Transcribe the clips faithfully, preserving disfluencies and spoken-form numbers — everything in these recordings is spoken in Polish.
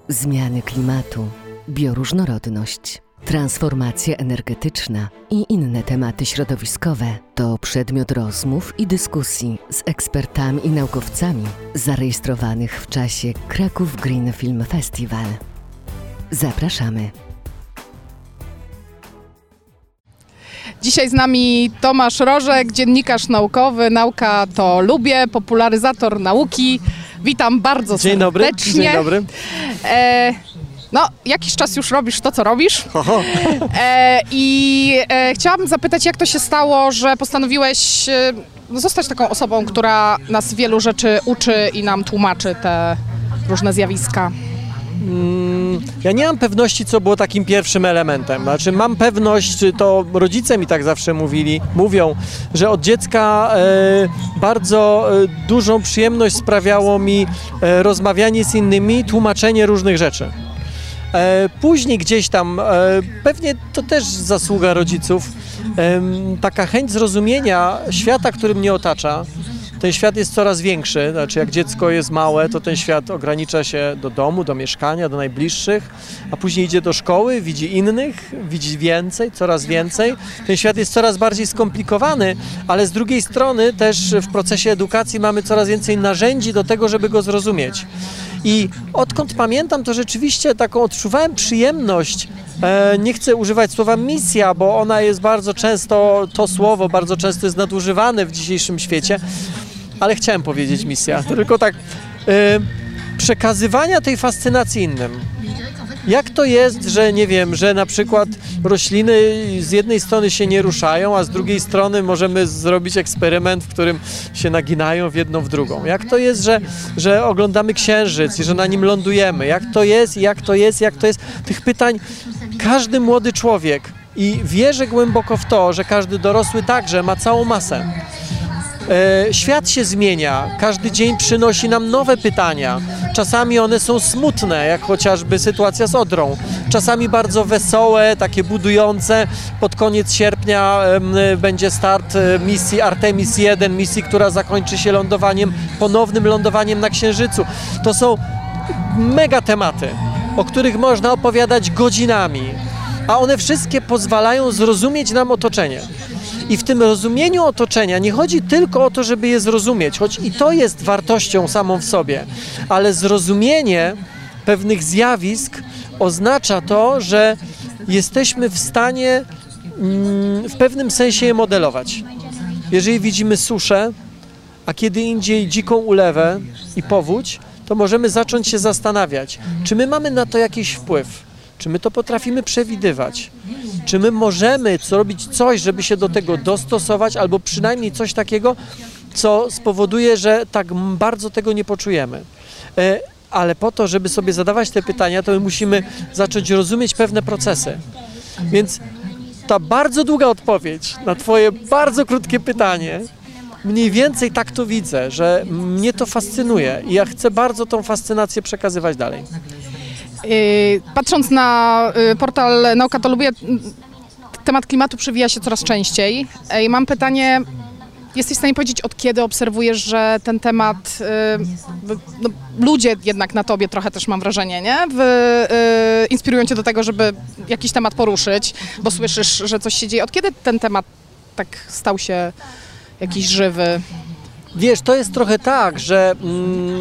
zmiany klimatu, bioróżnorodność, transformacja energetyczna i inne tematy środowiskowe to przedmiot rozmów i dyskusji z ekspertami i naukowcami zarejestrowanych w czasie Kraków Green Film Festival. Zapraszamy. Dzisiaj z nami Tomasz Rożek, dziennikarz naukowy, Nauka to lubię, popularyzator nauki. Witam bardzo Dzień dobry. serdecznie. Dzień dobry. E, no, jakiś czas już robisz to, co robisz. Ho, ho. E, I e, chciałabym zapytać, jak to się stało, że postanowiłeś e, zostać taką osobą, która nas wielu rzeczy uczy i nam tłumaczy te różne zjawiska. Ja nie mam pewności, co było takim pierwszym elementem. Znaczy, mam pewność, to rodzice mi tak zawsze mówili, mówią, że od dziecka e, bardzo e, dużą przyjemność sprawiało mi e, rozmawianie z innymi, tłumaczenie różnych rzeczy. E, później gdzieś tam, e, pewnie to też zasługa rodziców, e, taka chęć zrozumienia świata, który mnie otacza. Ten świat jest coraz większy, znaczy jak dziecko jest małe, to ten świat ogranicza się do domu, do mieszkania, do najbliższych, a później idzie do szkoły, widzi innych, widzi więcej, coraz więcej. Ten świat jest coraz bardziej skomplikowany, ale z drugiej strony też w procesie edukacji mamy coraz więcej narzędzi do tego, żeby go zrozumieć. I odkąd pamiętam, to rzeczywiście taką odczuwałem przyjemność. E, nie chcę używać słowa misja, bo ona jest bardzo często, to słowo bardzo często jest nadużywane w dzisiejszym świecie, ale chciałem powiedzieć misja, tylko tak e, przekazywania tej fascynacji innym. Jak to jest, że nie wiem, że na przykład rośliny z jednej strony się nie ruszają, a z drugiej strony możemy zrobić eksperyment, w którym się naginają w jedną w drugą. Jak to jest, że, że oglądamy księżyc i że na nim lądujemy? Jak to jest, jak to jest, jak to jest? Tych pytań każdy młody człowiek i wierzę głęboko w to, że każdy dorosły także ma całą masę. E, świat się zmienia, każdy dzień przynosi nam nowe pytania. Czasami one są smutne, jak chociażby sytuacja z Odrą. Czasami bardzo wesołe, takie budujące. Pod koniec sierpnia e, będzie start e, misji Artemis jeden, misji, która zakończy się lądowaniem, ponownym lądowaniem na Księżycu. To są mega tematy, o których można opowiadać godzinami, a one wszystkie pozwalają zrozumieć nam otoczenie. I w tym rozumieniu otoczenia nie chodzi tylko o to, żeby je zrozumieć, choć i to jest wartością samą w sobie, ale zrozumienie pewnych zjawisk oznacza to, że jesteśmy w stanie mm, w pewnym sensie je modelować. Jeżeli widzimy suszę, a kiedy indziej dziką ulewę i powódź, to możemy zacząć się zastanawiać, czy my mamy na to jakiś wpływ, czy my to potrafimy przewidywać. Czy my możemy zrobić coś, żeby się do tego dostosować, albo przynajmniej coś takiego, co spowoduje, że tak bardzo tego nie poczujemy. Ale po to, żeby sobie zadawać te pytania, to my musimy zacząć rozumieć pewne procesy. Więc ta bardzo długa odpowiedź na twoje bardzo krótkie pytanie, mniej więcej tak to widzę, że mnie to fascynuje i ja chcę bardzo tą fascynację przekazywać dalej. Patrząc na portal Nauka to lubię, temat klimatu przewija się coraz częściej. I mam pytanie, jesteś w stanie powiedzieć, od kiedy obserwujesz, że ten temat, no, ludzie jednak na tobie trochę też mam wrażenie, nie? W, y, inspirują cię do tego, żeby jakiś temat poruszyć, bo słyszysz, że coś się dzieje. Od kiedy ten temat tak stał się jakiś żywy? Wiesz, to jest trochę tak, że mm,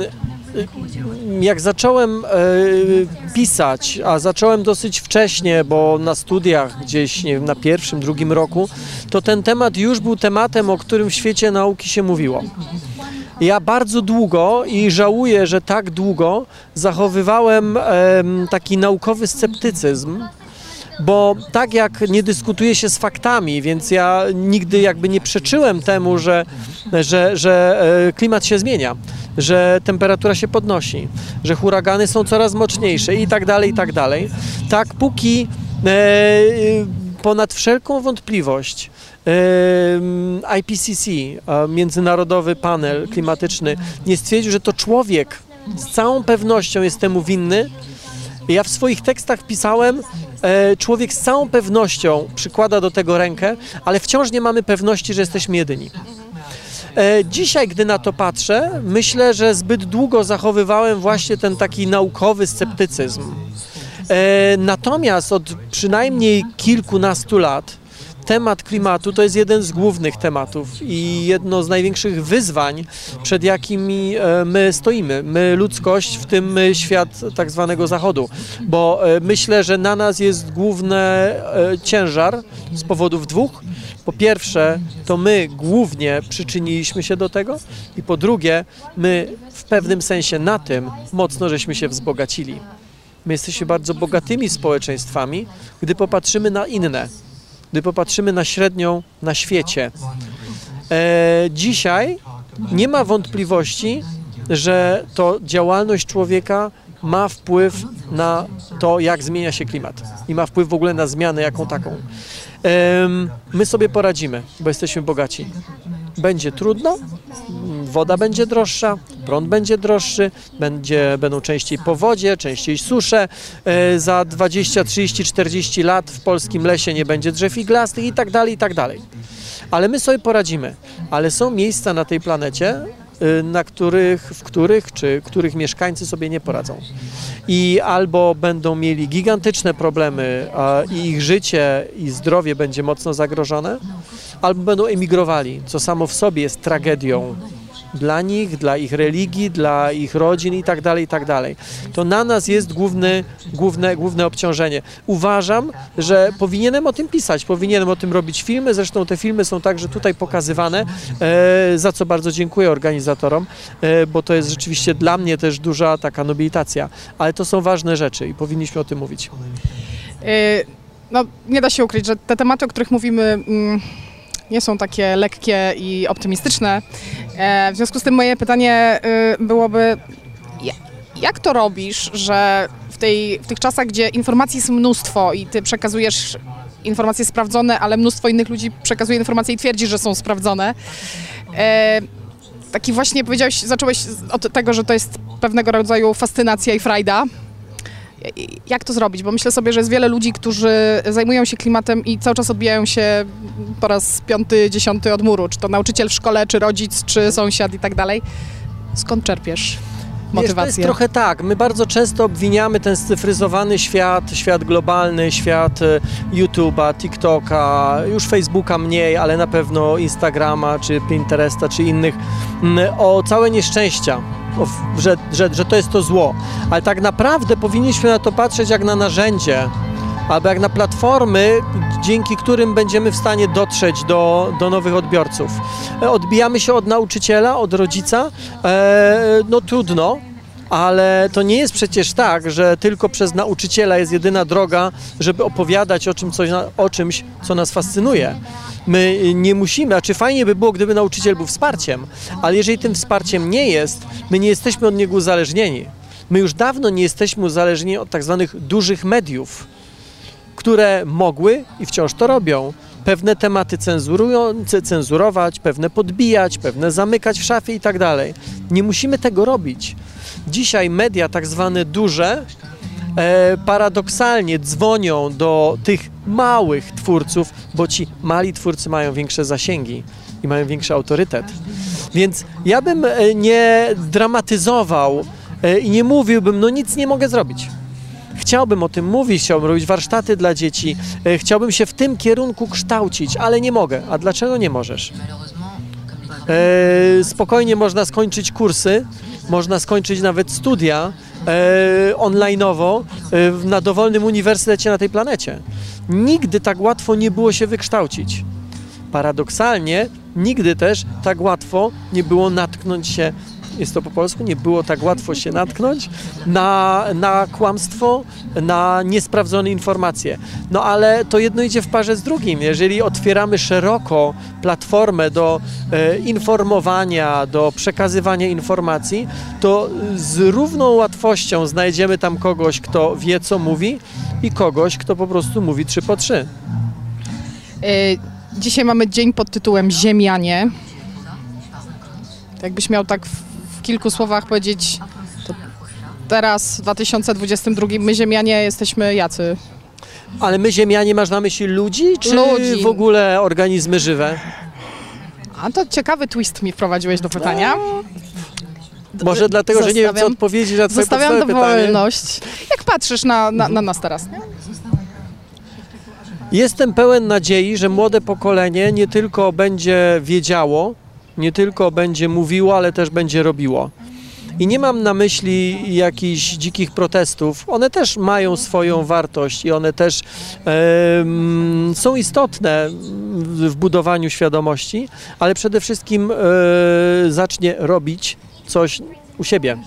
jak zacząłem e, pisać, a zacząłem dosyć wcześnie, bo na studiach gdzieś, nie wiem, na pierwszym, drugim roku, to ten temat już był tematem, o którym w świecie nauki się mówiło. Ja bardzo długo i żałuję, że tak długo zachowywałem e, taki naukowy sceptycyzm, bo tak jak nie dyskutuje się z faktami, więc ja nigdy jakby nie przeczyłem temu, że, że, że klimat się zmienia, że temperatura się podnosi, że huragany są coraz mocniejsze i tak dalej, i tak dalej. Tak, póki e, ponad wszelką wątpliwość e, I P C C, Międzynarodowy Panel Klimatyczny, nie stwierdził, że to człowiek z całą pewnością jest temu winny. Ja w swoich tekstach pisałem, e, człowiek z całą pewnością przykłada do tego rękę, ale wciąż nie mamy pewności, że jesteśmy jedyni. E, dzisiaj, gdy na to patrzę, myślę, że zbyt długo zachowywałem właśnie ten taki naukowy sceptycyzm. E, natomiast od przynajmniej kilkunastu lat temat klimatu to jest jeden z głównych tematów i jedno z największych wyzwań, przed jakimi my stoimy. My, ludzkość, w tym świat tak zwanego Zachodu, bo myślę, że na nas jest główny ciężar z powodów dwóch. Po pierwsze, to my głównie przyczyniliśmy się do tego i po drugie, my w pewnym sensie na tym mocno żeśmy się wzbogacili. My jesteśmy bardzo bogatymi społeczeństwami, gdy popatrzymy na inne. Gdy popatrzymy na średnią na świecie. E, dzisiaj nie ma wątpliwości, że to działalność człowieka ma wpływ na to, jak zmienia się klimat i ma wpływ w ogóle na zmianę jaką taką. E, my sobie poradzimy, bo jesteśmy bogaci. Będzie trudno, woda będzie droższa, prąd będzie droższy, będzie, będą częściej powodzie, częściej susze, e, za dwadzieścia, trzydzieści, czterdzieści lat w polskim lesie nie będzie drzew iglastych i tak dalej, i tak dalej. Ale my sobie poradzimy. Ale są miejsca na tej planecie, y, na których, w których, czy których mieszkańcy sobie nie poradzą. I albo będą mieli gigantyczne problemy a, i ich życie i zdrowie będzie mocno zagrożone, albo będą emigrowali, co samo w sobie jest tragedią dla nich, dla ich religii, dla ich rodzin i tak dalej, i tak dalej. To na nas jest główny, główne, główne obciążenie. Uważam, że powinienem o tym pisać, powinienem o tym robić filmy, zresztą te filmy są także tutaj pokazywane, e, za co bardzo dziękuję organizatorom, e, bo to jest rzeczywiście dla mnie też duża taka nobilitacja, ale to są ważne rzeczy i powinniśmy o tym mówić. Yy, no, nie da się ukryć, że te tematy, o których mówimy, mm, nie są takie lekkie i optymistyczne. E, w związku z tym moje pytanie y, byłoby, jak to robisz, że w, tej, w tych czasach, gdzie informacji jest mnóstwo i ty przekazujesz informacje sprawdzone, ale mnóstwo innych ludzi przekazuje informacje i twierdzi, że są sprawdzone. E, taki właśnie powiedziałeś, zacząłeś od tego, że to jest pewnego rodzaju fascynacja i frajda. Jak to zrobić? Bo myślę sobie, że jest wiele ludzi, którzy zajmują się klimatem i cały czas odbijają się po raz piąty, dziesiąty od muru. Czy to nauczyciel w szkole, czy rodzic, czy sąsiad i tak dalej. Skąd czerpiesz motywację? Wiesz, to jest trochę tak. My bardzo często obwiniamy ten scyfryzowany świat, świat globalny, świat YouTube'a, TikToka, już Facebooka mniej, ale na pewno Instagrama, czy Pinteresta, czy innych, o całe nieszczęścia. Że, że, że to jest to zło, ale tak naprawdę powinniśmy na to patrzeć jak na narzędzie albo jak na platformy, dzięki którym będziemy w stanie dotrzeć do, do nowych odbiorców. Odbijamy się od nauczyciela, od rodzica, e, no trudno, ale to nie jest przecież tak, że tylko przez nauczyciela jest jedyna droga, żeby opowiadać o, czym coś, o czymś, co nas fascynuje. My nie musimy, a czy fajnie by było, gdyby nauczyciel był wsparciem, ale jeżeli tym wsparciem nie jest, my nie jesteśmy od niego uzależnieni. My już dawno nie jesteśmy uzależnieni od tak zwanych dużych mediów, które mogły i wciąż to robią. Pewne tematy cenzurują, cenzurować, pewne podbijać, pewne zamykać w szafie i tak dalej. Nie musimy tego robić. Dzisiaj media tak zwane duże e, paradoksalnie dzwonią do tych małych twórców, bo ci mali twórcy mają większe zasięgi i mają większy autorytet. Więc ja bym nie dramatyzował e, i nie mówiłbym, no nic nie mogę zrobić. Chciałbym o tym mówić, chciałbym robić warsztaty dla dzieci, e, chciałbym się w tym kierunku kształcić, ale nie mogę. A dlaczego nie możesz? E, spokojnie można skończyć kursy, można skończyć nawet studia e, online'owo e, na dowolnym uniwersytecie na tej planecie. Nigdy tak łatwo nie było się wykształcić. Paradoksalnie nigdy też tak łatwo nie było natknąć się, jest to po polsku, nie było tak łatwo się natknąć na, na kłamstwo, na niesprawdzone informacje. No ale to jedno idzie w parze z drugim. Jeżeli otwieramy szeroko platformę do e, informowania, do przekazywania informacji, to z równą łatwością znajdziemy tam kogoś, kto wie, co mówi i kogoś, kto po prostu mówi trzy po trzy. Y- Dzisiaj mamy dzień pod tytułem Ziemianie. Jakbyś miał tak w, w kilku słowach powiedzieć, to teraz w dwa tysiące dwudziestym drugim my Ziemianie jesteśmy jacy? Ale my Ziemianie masz na myśli ludzi, czy Ludzi. w ogóle organizmy żywe? A to ciekawy twist mi wprowadziłeś do pytania. Może dlatego, że nie wiem, co Zostawiam- odpowiedzieć na twoje Zostawiam podstawowe pytanie. dowolność. Jak patrzysz na, na, na nas teraz? Nie? Jestem pełen nadziei, że młode pokolenie nie tylko będzie wiedziało, nie tylko będzie mówiło, ale też będzie robiło. I nie mam na myśli jakichś dzikich protestów. One też mają swoją wartość i one też em, są istotne w, w budowaniu świadomości, ale przede wszystkim e, zacznie robić coś u siebie.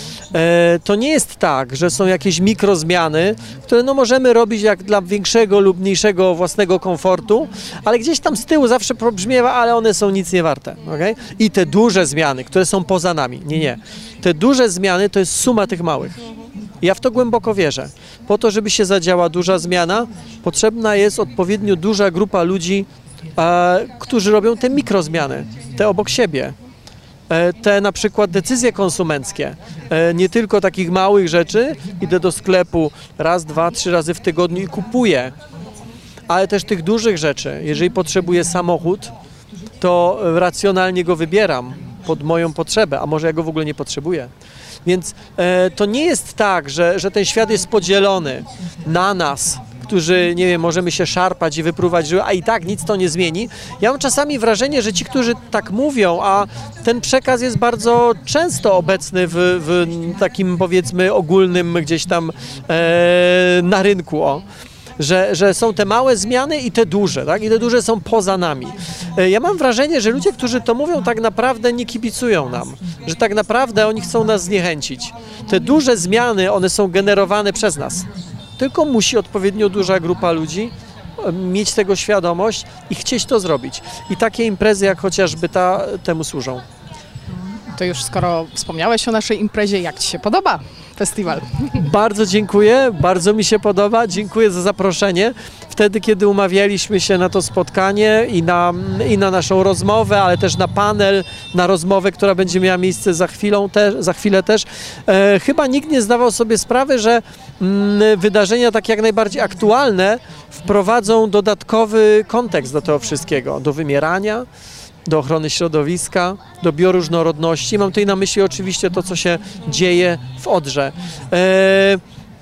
E, To nie jest tak, że są jakieś mikrozmiany, które no możemy robić jak dla większego lub mniejszego własnego komfortu, ale gdzieś tam z tyłu zawsze probrzmiewa, ale one są nic nie warte. Okay? I te duże zmiany, które są poza nami. Nie, nie. Te duże zmiany to jest suma tych małych. Ja w to głęboko wierzę. Po to, żeby się zadziała duża zmiana, potrzebna jest odpowiednio duża grupa ludzi, e, którzy robią te mikrozmiany, te obok siebie. Te na przykład decyzje konsumenckie, nie tylko takich małych rzeczy, idę do sklepu raz, dwa, trzy razy w tygodniu i kupuję, ale też tych dużych rzeczy. Jeżeli potrzebuję samochód, to racjonalnie go wybieram pod moją potrzebę, a może ja go w ogóle nie potrzebuję. Więc e, to nie jest tak, że, że ten świat jest podzielony na nas, którzy, nie wiem, możemy się szarpać i wypruwać, że a i tak nic to nie zmieni. Ja mam czasami wrażenie, że ci, którzy tak mówią, a ten przekaz jest bardzo często obecny w, w takim, powiedzmy, ogólnym gdzieś tam e, na rynku, o. Że, że są te małe zmiany i te duże, tak? I te duże są poza nami. E, Ja mam wrażenie, że ludzie, którzy to mówią, tak naprawdę nie kibicują nam, że tak naprawdę oni chcą nas zniechęcić. Te duże zmiany, one są generowane przez nas. Tylko musi odpowiednio duża grupa ludzi mieć tego świadomość i chcieć to zrobić. I takie imprezy jak chociażby ta temu służą. To już skoro wspomniałeś o naszej imprezie, jak Ci się podoba festiwal? Bardzo dziękuję, bardzo mi się podoba, dziękuję za zaproszenie. Wtedy, kiedy umawialiśmy się na to spotkanie i na, i na naszą rozmowę, ale też na panel, na rozmowę, która będzie miała miejsce za, chwilą te, za chwilę też, e, chyba nikt nie zdawał sobie sprawy, że mm, wydarzenia tak jak najbardziej aktualne wprowadzą dodatkowy kontekst do tego wszystkiego, do wymierania, do ochrony środowiska, do bioróżnorodności. Mam tutaj na myśli oczywiście to, co się dzieje w Odrze. E, e,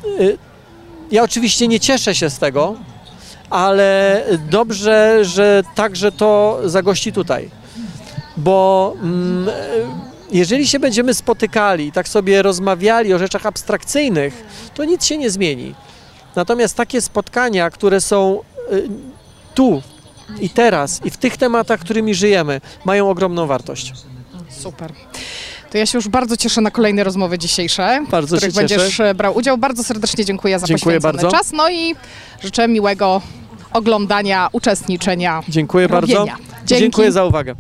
ja oczywiście nie cieszę się z tego, ale dobrze, że także to zagości tutaj. Bo mm, jeżeli się będziemy spotykali, tak sobie rozmawiali o rzeczach abstrakcyjnych, to nic się nie zmieni. Natomiast takie spotkania, które są y, tu, i teraz, i w tych tematach, którymi żyjemy, mają ogromną wartość. Super. To ja się już bardzo cieszę na kolejne rozmowy dzisiejsze, Bardzo w których się cieszę. będziesz brał udział. Bardzo serdecznie dziękuję za Dziękuję poświęcony bardzo. czas. No i życzę miłego oglądania, uczestniczenia. Dziękuję robienia. bardzo. Dzięki. Dziękuję za uwagę.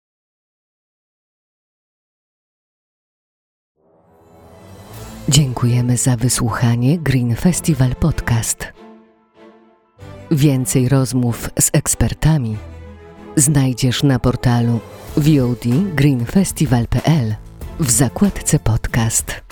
Dziękujemy za wysłuchanie Green Festival Podcast. Więcej rozmów z ekspertami znajdziesz na portalu v o d green festival kropka p l w zakładce podcast.